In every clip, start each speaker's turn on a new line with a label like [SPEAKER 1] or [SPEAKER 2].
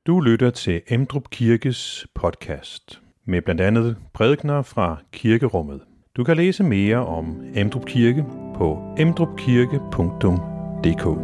[SPEAKER 1] Du lytter til Emdrup Kirkes podcast med blandt andet prædikener fra kirkerummet. Du kan læse mere om Emdrup Kirke på emdrupkirke.dk.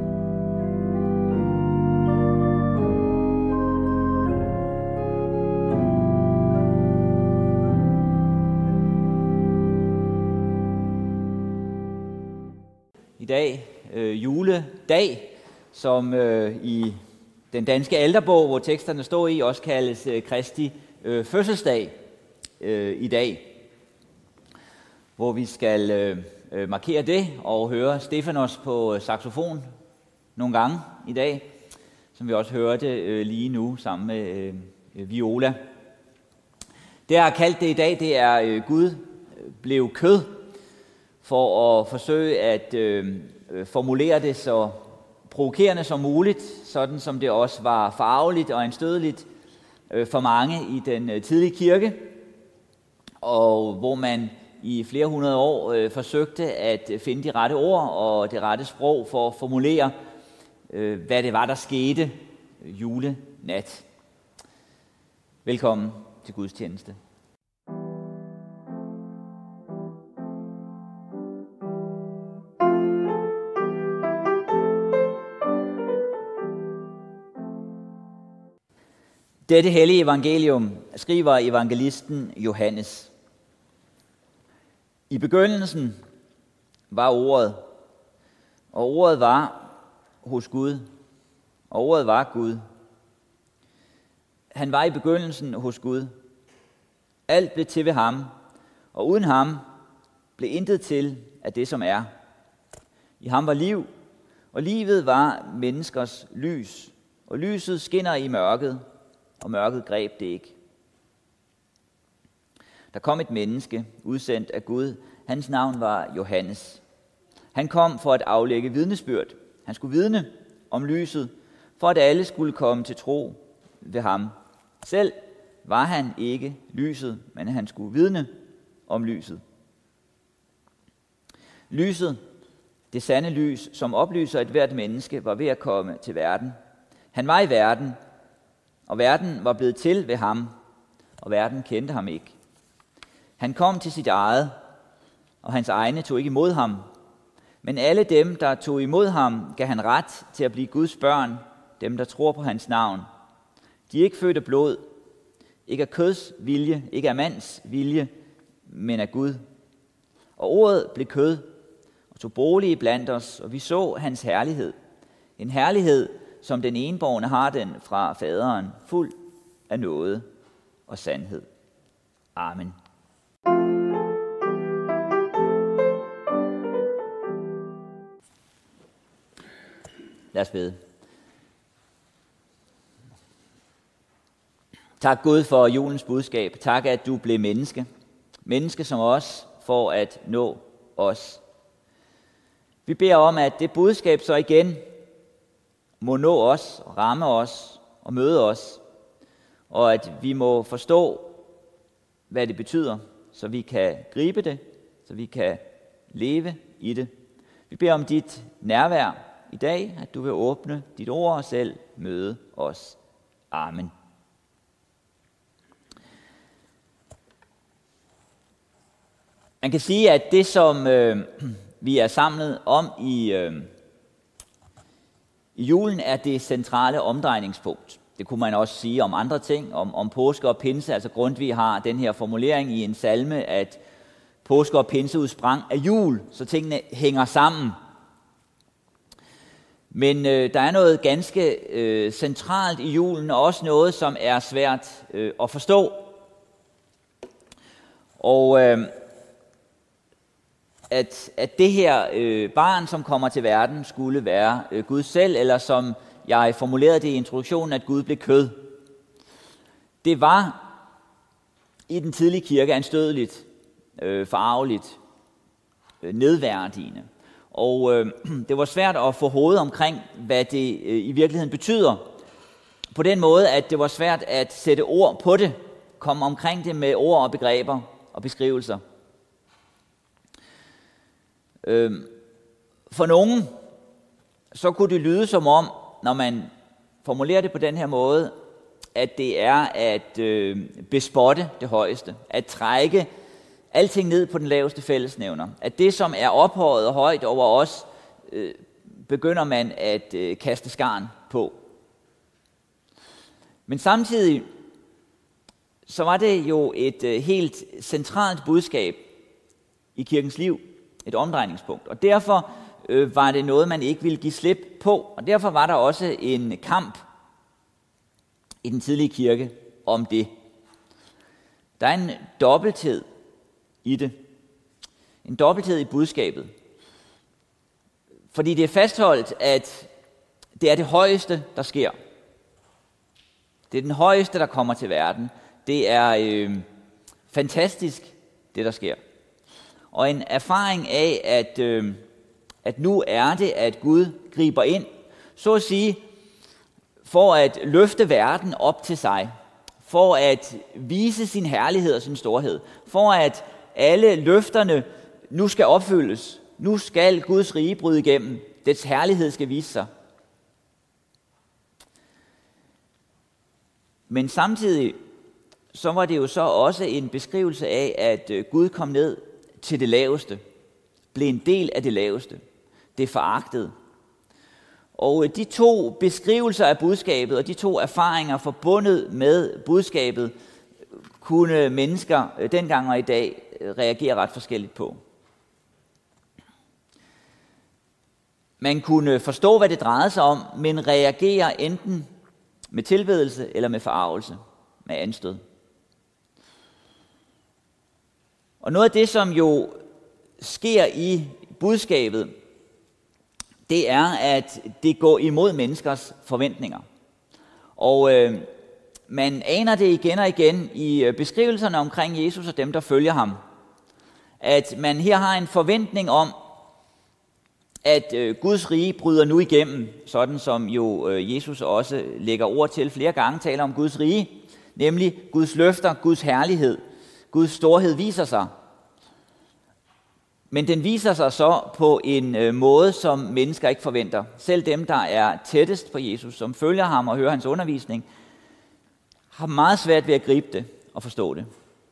[SPEAKER 2] I dag, juledag, som i den danske alterbog, hvor teksterne står i, også kaldes Kristi fødselsdag i dag, hvor vi skal markere det og høre Stefanos på saxofon nogle gange i dag, som vi også hørte lige nu sammen med Viola. Det, jeg har kaldt det i dag, det er Gud blev kød, for at forsøge at formulere det så provokerende som muligt, sådan som det også var forargeligt og anstødeligt for mange i den tidlige kirke, og hvor man i flere hundrede år forsøgte at finde de rette ord og det rette sprog for at formulere, hvad det var, der skete julenat. Velkommen til gudstjeneste. Dette hellige evangelium skriver evangelisten Johannes. I begyndelsen var ordet, og ordet var hos Gud, og ordet var Gud. Han var i begyndelsen hos Gud. Alt blev til ved ham, og uden ham blev intet til af det, som er. I ham var liv, og livet var menneskers lys, og lyset skinner i mørket, og mørket greb det ikke. Der kom et menneske, udsendt af Gud. Hans navn var Johannes. Han kom for at aflægge vidnesbyrd. Han skulle vidne om lyset, for at alle skulle komme til tro ved ham. Selv var han ikke lyset, men han skulle vidne om lyset. Lyset, det sande lys, som oplyser et hvert menneske, var ved at komme til verden. Han var i verden, og verden var blevet til ved ham, og verden kendte ham ikke. Han kom til sit eget, og hans egne tog ikke imod ham. Men alle dem, der tog imod ham, gav han ret til at blive Guds børn, dem, der tror på hans navn. De er ikke født af blod, ikke af køds vilje, ikke af mands vilje, men af Gud. Og ordet blev kød og tog bolig blandt os, og vi så hans herlighed. En herlighed, som den enbårne har den fra faderen, fuld af nåde og sandhed. Amen. Lad os bede. Tak Gud for julens budskab. Tak, at du blev menneske. Menneske som os, for at nå os. Vi beder om, at det budskab så igen må nå os, ramme os og møde os, og at vi må forstå, hvad det betyder, så vi kan gribe det, så vi kan leve i det. Vi beder om dit nærvær i dag, at du vil åbne dit ord og selv møde os. Amen. Man kan sige, at det, som vi er samlet om i julen, er det centrale omdrejningspunkt. Det kunne man også sige om andre ting, om påske og pinse. Altså Grundtvig har den her formulering i en salme, at påske og pinse udsprang af jul, så tingene hænger sammen. Men der er noget ganske centralt i julen, og også noget, som er svært at forstå. Og at det her barn, som kommer til verden, skulle være Gud selv, eller som jeg formulerede det i introduktionen, at Gud blev kød. Det var i den tidlige kirke anstødeligt, forargeligt, nedværdigende. Og det var svært at få hovedet omkring, hvad det i virkeligheden betyder. På den måde, at det var svært at sætte ord på det, komme omkring det med ord og begreber og beskrivelser. For nogen, så kunne det lyde som om, når man formulerer det på den her måde, at det er at bespotte det højeste, at trække alting ned på den laveste fællesnævner. At det, som er ophøjet og højt over os, begynder man at kaste skarn på. Men samtidig så var det jo et helt centralt budskab i kirkens liv, et omdrejningspunkt. Og derfor var det noget, man ikke ville give slip på. Og derfor var der også en kamp i den tidlige kirke om det. Der er en dobbelthed i det. En dobbelthed i budskabet. Fordi det er fastholdt, at det er det højeste, der sker. Det er den højeste, der kommer til verden. Det er fantastisk, det der sker. Og en erfaring af, at nu er det, at Gud griber ind, så at sige, for at løfte verden op til sig, for at vise sin herlighed og sin storhed, for at alle løfterne nu skal opfyldes. Nu skal Guds rige bryde igennem. Dets herlighed skal vise sig. Men samtidig så var det jo så også en beskrivelse af, at Gud kom ned til det laveste, blev en del af det laveste, det foragtede. Og de to beskrivelser af budskabet og de to erfaringer forbundet med budskabet, kunne mennesker dengang og i dag reagere ret forskelligt på. Man kunne forstå, hvad det drejede sig om, men reagere enten med tilbedelse eller med forargelse, med anstød. Og noget af det, som jo sker i budskabet, det er, at det går imod menneskers forventninger. Og man aner det igen og igen i beskrivelserne omkring Jesus og dem, der følger ham. At man her har en forventning om, at Guds rige bryder nu igennem, sådan som jo Jesus også lægger ord til flere gange, taler om Guds rige, nemlig Guds løfter, Guds herlighed, Guds storhed viser sig. Men den viser sig så på en måde, som mennesker ikke forventer. Selv dem, der er tættest på Jesus, som følger ham og hører hans undervisning, har meget svært ved at gribe det og forstå det.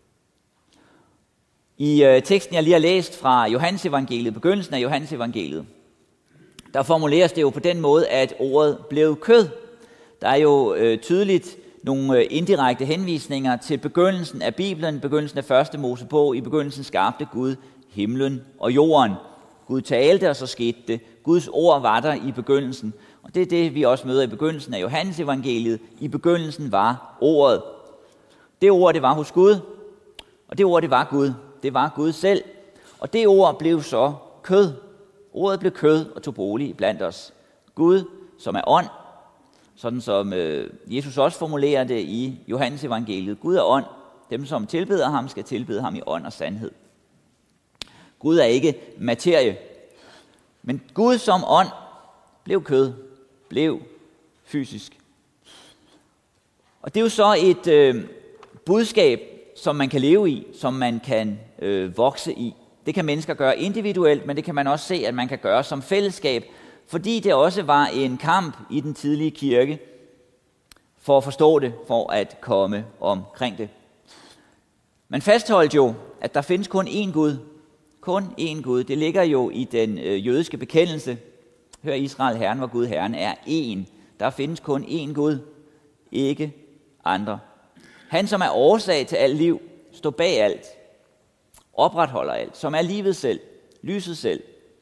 [SPEAKER 2] I teksten, jeg lige har læst fra Johannes evangeliet, begyndelsen af Johannes evangeliet, der formuleres det jo på den måde, at ordet blev kød. Der er jo tydeligt nogle indirekte henvisninger til begyndelsen af Bibelen, begyndelsen af første Mosebog. I begyndelsen skabte Gud himlen og jorden. Gud talte, og så skete det. Guds ord var der i begyndelsen. Og det er det, vi også møder i begyndelsen af Johannes evangeliet. I begyndelsen var ordet. Det ord, det var hos Gud. Og det ord, det var Gud. Det var Gud selv. Og det ord blev så kød. Ordet blev kød og tog bolig blandt os. Gud, som er ånd, sådan som Jesus også formulerer det i Johannes evangeliet. Gud er ånd. Dem, som tilbeder ham, skal tilbede ham i ånd og sandhed. Gud er ikke materie, men Gud som ånd blev kød, blev fysisk. Og det er jo så et budskab, som man kan leve i, som man kan vokse i. Det kan mennesker gøre individuelt, men det kan man også se, at man kan gøre som fællesskab, fordi det også var en kamp i den tidlige kirke for at forstå det, for at komme omkring det. Man fastholdt jo, at der findes kun én Gud. Kun én Gud. Det ligger jo i den jødiske bekendelse. Hør Israel, Herren vor Gud, Herren er én. Der findes kun én Gud, ikke andre. Han, som er årsag til alt liv, står bag alt, opretholder alt, som er livet selv, lyset selv.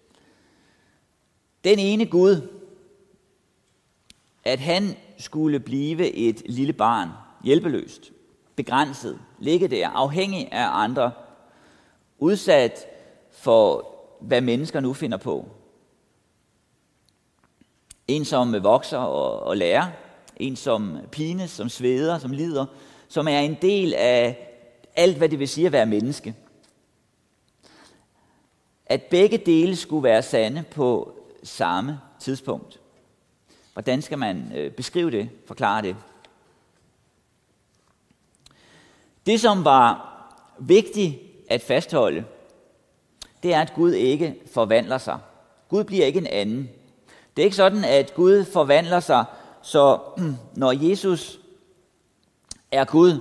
[SPEAKER 2] Den ene Gud, at han skulle blive et lille barn, hjælpeløst, begrænset, ligge der, afhængig af andre, udsat for, hvad mennesker nu finder på. En, som vokser og lærer, en, som pines, som sveder, som lider, som er en del af alt, hvad det vil sige at være menneske. At begge dele skulle være sande på samme tidspunkt. Hvordan skal man beskrive det, forklare det? Det, som var vigtigt at fastholde, det er, at Gud ikke forvandler sig. Gud bliver ikke en anden. Det er ikke sådan, at Gud forvandler sig, så når Jesus er Gud,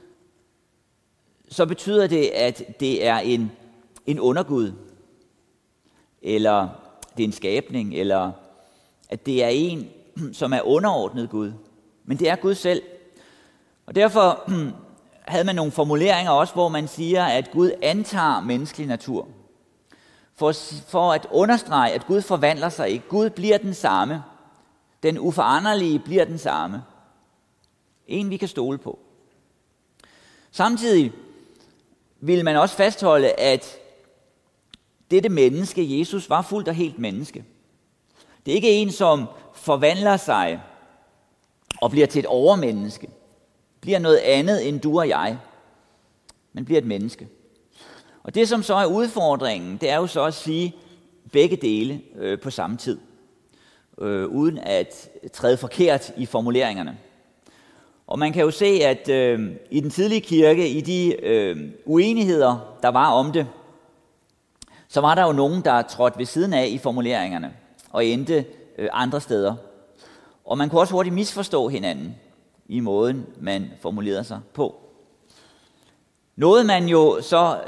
[SPEAKER 2] så betyder det, at det er en undergud, eller det er en skabning, eller at det er en, som er underordnet Gud. Men det er Gud selv. Og derfor havde man nogle formuleringer også, hvor man siger, at Gud antager menneskelig natur. For at understrege, at Gud forvandler sig ikke. Gud bliver den samme. Den uforanderlige bliver den samme. En, vi kan stole på. Samtidig vil man også fastholde, at dette menneske, Jesus, var fuldt og helt menneske. Det er ikke en, som forvandler sig og bliver til et overmenneske. Bliver noget andet end du og jeg, men bliver et menneske. Og det, som så er udfordringen, det er jo så at sige begge dele på samme tid, uden at træde forkert i formuleringerne. Og man kan jo se, at i den tidlige kirke, i de uenigheder, der var om det, så var der jo nogen, der trådte ved siden af i formuleringerne og endte andre steder. Og man kunne også hurtigt misforstå hinanden i måden, man formulerede sig på. Noget man jo så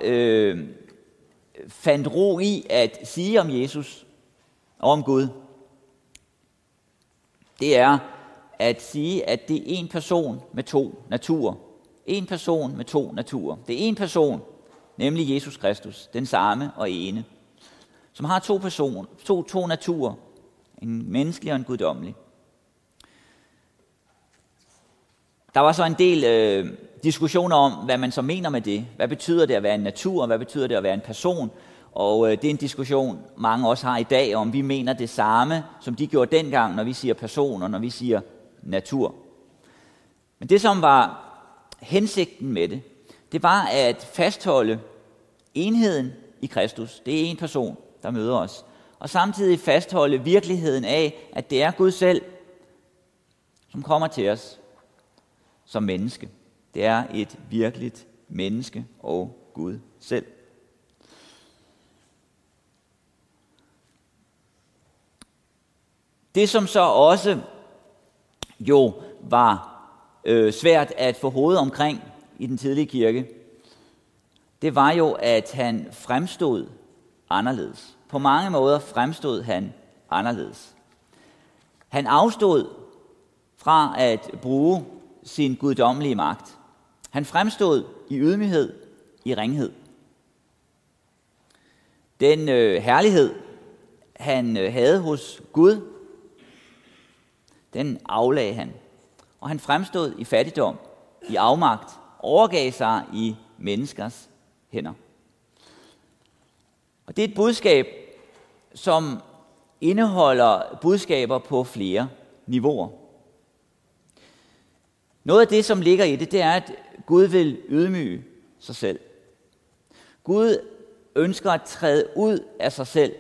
[SPEAKER 2] fandt ro i at sige om Jesus og om Gud, det er at sige, at det er en person med to naturer. En person med to naturer. Det er en person, nemlig Jesus Kristus, den samme og ene, som har to naturer, en menneskelig og en guddommelig. Der var så en del diskussioner om, hvad man så mener med det. Hvad betyder det at være en natur, og hvad betyder det at være en person? Og det er en diskussion, mange også har i dag, om vi mener det samme, som de gjorde dengang, når vi siger person, og når vi siger natur. Men det, som var hensigten med det, det var at fastholde enheden i Kristus. Det er en person, der møder os. Og samtidig fastholde virkeligheden af, at det er Gud selv, som kommer til os som menneske. Det er et virkeligt menneske og Gud selv. Det, som så også jo var svært at få hovedet omkring i den tidlige kirke, det var jo, at han fremstod anderledes. På mange måder fremstod han anderledes. Han afstod fra at bruge sin guddommelige magt. Han fremstod i ydmyghed, i ringhed. Den herlighed, han havde hos Gud, den aflagde han. Og han fremstod i fattigdom, i afmagt, overgav sig i menneskers hænder. Og det er et budskab, som indeholder budskaber på flere niveauer. Noget af det, som ligger i det, det er, at Gud vil ydmyge sig selv. Gud ønsker at træde ud af sig selv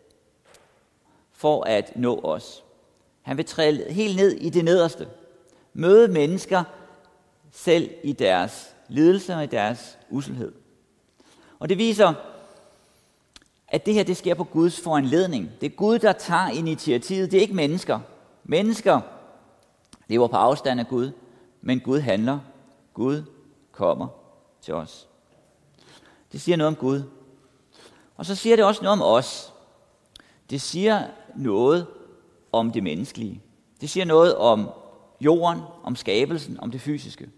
[SPEAKER 2] for at nå os. Han vil træde helt ned i det nederste. Møde mennesker selv i deres lidelse og i deres usselhed. Og det viser, at det her det sker på Guds foranledning. Det er Gud, der tager initiativet. Det er ikke mennesker. Mennesker lever på afstand af Gud, men Gud handler. Gud kommer til os. Det siger noget om Gud. Og så siger det også noget om os. Det siger noget om det menneskelige. Det siger noget om jorden, om skabelsen, om det fysiske.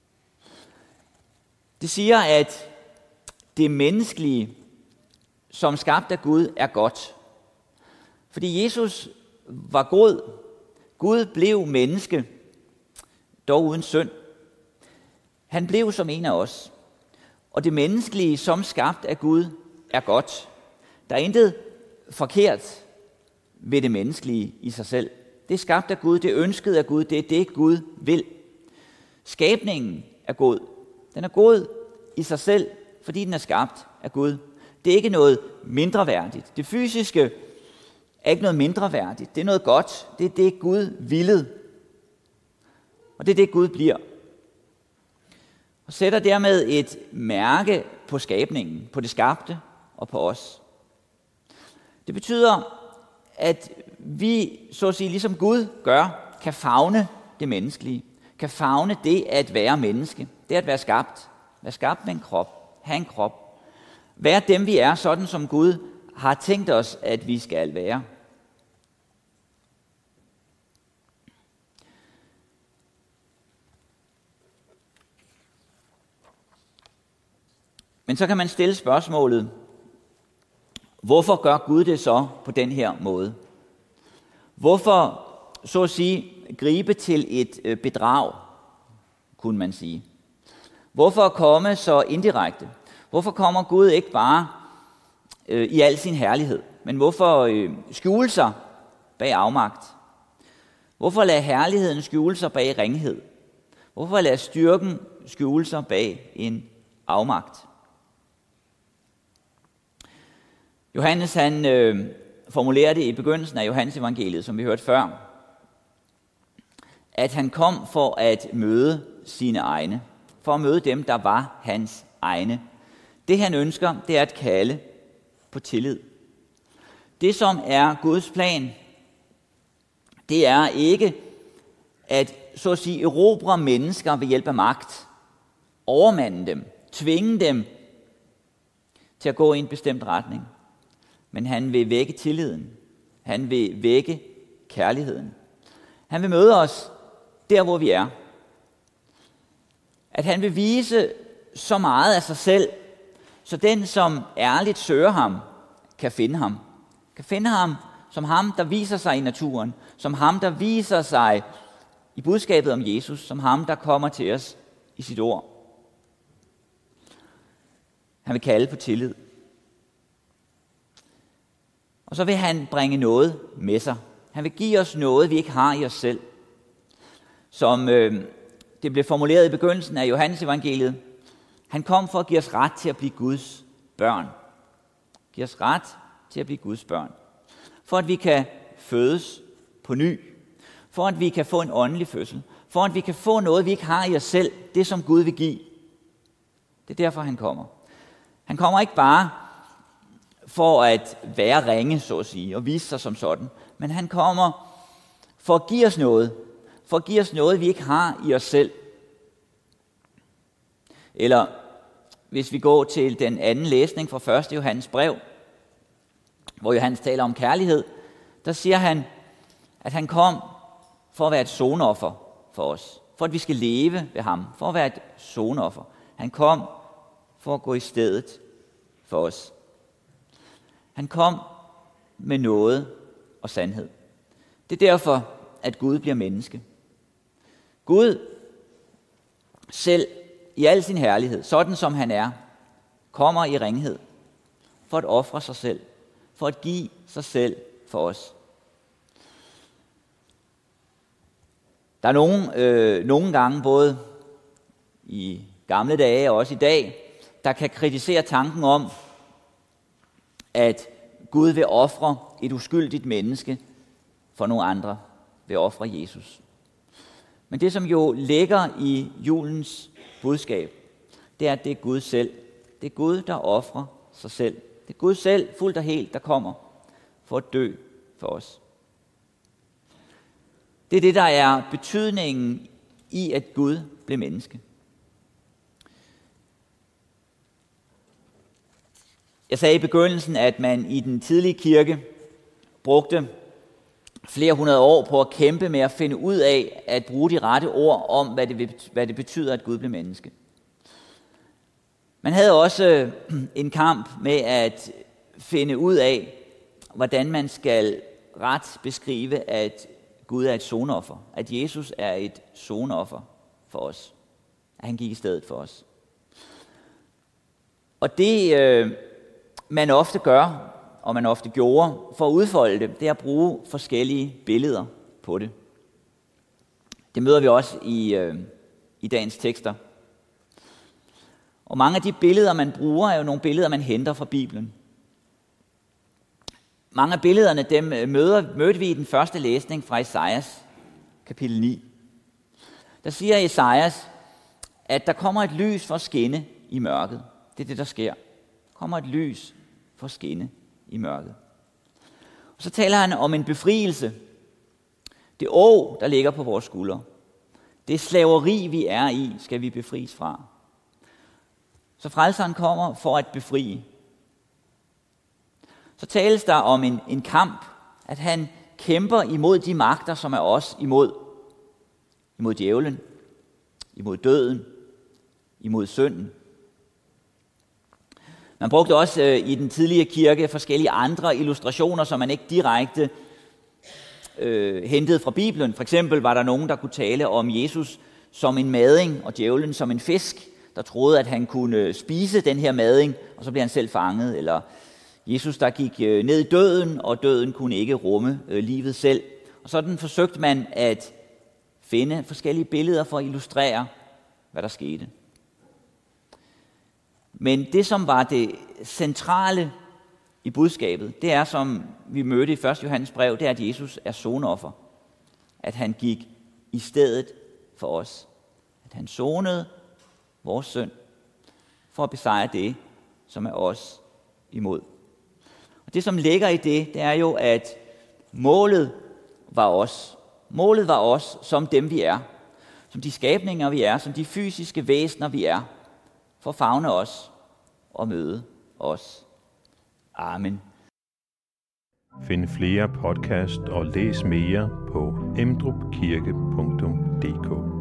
[SPEAKER 2] Det siger, at det menneskelige, som skabt af Gud, er godt. Fordi Jesus var god. Gud blev menneske, dog uden synd. Han blev som en af os. Og det menneskelige, som skabt af Gud, er godt. Der er intet forkert ved det menneskelige i sig selv. Det er skabt af Gud, det er ønsket af Gud, det er det, Gud vil. Skabningen er god. Den er god i sig selv, fordi den er skabt af Gud. Det er ikke noget mindreværdigt. Det fysiske er ikke noget mindreværdigt. Det er noget godt. Det er det, Gud ville. Og det er det, Gud bliver. Og sætter dermed et mærke på skabningen, på det skabte og på os. Det betyder, at vi, så at sige, ligesom Gud gør, kan favne det menneskelige, kan favne det at være menneske, det at være skabt med en krop, have en krop, være dem vi er, sådan som Gud har tænkt os, at vi skal være. Men så kan man stille spørgsmålet, hvorfor gør Gud det så på den her måde? Hvorfor, så at sige, gribe til et bedrag, kunne man sige? Hvorfor komme så indirekte? Hvorfor kommer Gud ikke bare i al sin herlighed, men hvorfor skjule sig bag afmagt? Hvorfor lade herligheden skjule sig bag ringhed? Hvorfor lade styrken skjule sig bag en afmagt? Johannes han formulerer det i begyndelsen af Johannes evangeliet, som vi hørte før, at han kom for at møde sine egne, for at møde dem, der var hans egne. Det han ønsker, det er at kalde på tillid. Det som er Guds plan, det er ikke at, så at sige, erobre mennesker ved hjælp af magt, overmande dem, tvinge dem til at gå i en bestemt retning. Men han vil vække tilliden. Han vil vække kærligheden. Han vil møde os der, hvor vi er. At han vil vise så meget af sig selv, så den, som ærligt søger ham, kan finde ham. Kan finde ham som ham, der viser sig i naturen. Som ham, der viser sig i budskabet om Jesus. Som ham, der kommer til os i sit ord. Han vil kalde på tillid. Og så vil han bringe noget med sig. Han vil give os noget, vi ikke har i os selv. Som det blev formuleret i begyndelsen af Johannes evangeliet. Han kom for at give os ret til at blive Guds børn. Give os ret til at blive Guds børn. For at vi kan fødes på ny. For at vi kan få en åndelig fødsel. For at vi kan få noget, vi ikke har i os selv. Det, som Gud vil give. Det er derfor, han kommer. Han kommer ikke bare for at være ringe, så at sige, og vise sig som sådan. Men han kommer for at give os noget. For at give os noget, vi ikke har i os selv. Eller hvis vi går til den anden læsning fra 1. Johannes brev, hvor Johannes taler om kærlighed, der siger han, at han kom for at være et sonoffer for os. For at vi skal leve ved ham. For at være et sonoffer. Han kom for at gå i stedet for os. Han kom med noget og sandhed. Det er derfor, at Gud bliver menneske. Gud selv i al sin herlighed, sådan som han er, kommer i ringhed for at ofre sig selv, for at give sig selv for os. Der er nogle gange, både i gamle dage og også i dag, der kan kritisere tanken om, at Gud vil ofre et uskyldigt menneske for nogle andre, vil ofre Jesus. Men det, som jo ligger i julens budskab, det er, at det er Gud selv. Det er Gud, der ofrer sig selv. Det er Gud selv, fuldt og helt, der kommer for at dø for os. Det er det, der er betydningen i, at Gud blev menneske. Jeg sagde i begyndelsen, at man i den tidlige kirke brugte flere hundrede år på at kæmpe med at finde ud af at bruge de rette ord om, hvad det betyder, at Gud blev menneske. Man havde også en kamp med at finde ud af, hvordan man skal ret beskrive, at Gud er et sonoffer. At Jesus er et sonoffer for os. At han gik i stedet for os. Og det man ofte gør, og man ofte gjorde for at udfolde det, det er at bruge forskellige billeder på det. Det møder vi også i dagens tekster. Og mange af de billeder, man bruger, er jo nogle billeder, man henter fra Bibelen. Mange af billederne, dem mødte vi i den første læsning fra Esajas, kapitel 9. Der siger Esajas, at der kommer et lys for at skinne i mørket. Det er det, der sker. Der kommer et lys for at skinne i mørket. Og så taler han om en befrielse. Det åg, der ligger på vores skuldre. Det slaveri, vi er i, skal vi befries fra. Så frelseren kommer for at befri. Så tales der om en kamp, at han kæmper imod de magter, som er os imod. Imod djævlen, imod døden, imod synden. Man brugte også i den tidlige kirke forskellige andre illustrationer, som man ikke direkte hentede fra Bibelen. For eksempel var der nogen, der kunne tale om Jesus som en mading, og djævlen som en fisk, der troede, at han kunne spise den her mading, og så blev han selv fanget. Eller Jesus, der gik ned i døden, og døden kunne ikke rumme livet selv. Og sådan forsøgte man at finde forskellige billeder for at illustrere, hvad der skete. Men det, som var det centrale i budskabet, det er, som vi mødte i 1. Johannes brev, det er, at Jesus er sonoffer. At han gik i stedet for os. At han sonede vores synd for at besejre det, som er os imod. Og det, som ligger i det er jo, at målet var os. Målet var os som dem, vi er. Som de skabninger, vi er. Som de fysiske væsener, vi er. For at favne os og møde os. Amen.
[SPEAKER 1] Find flere podcast og læs mere på emdrupkirke.dk.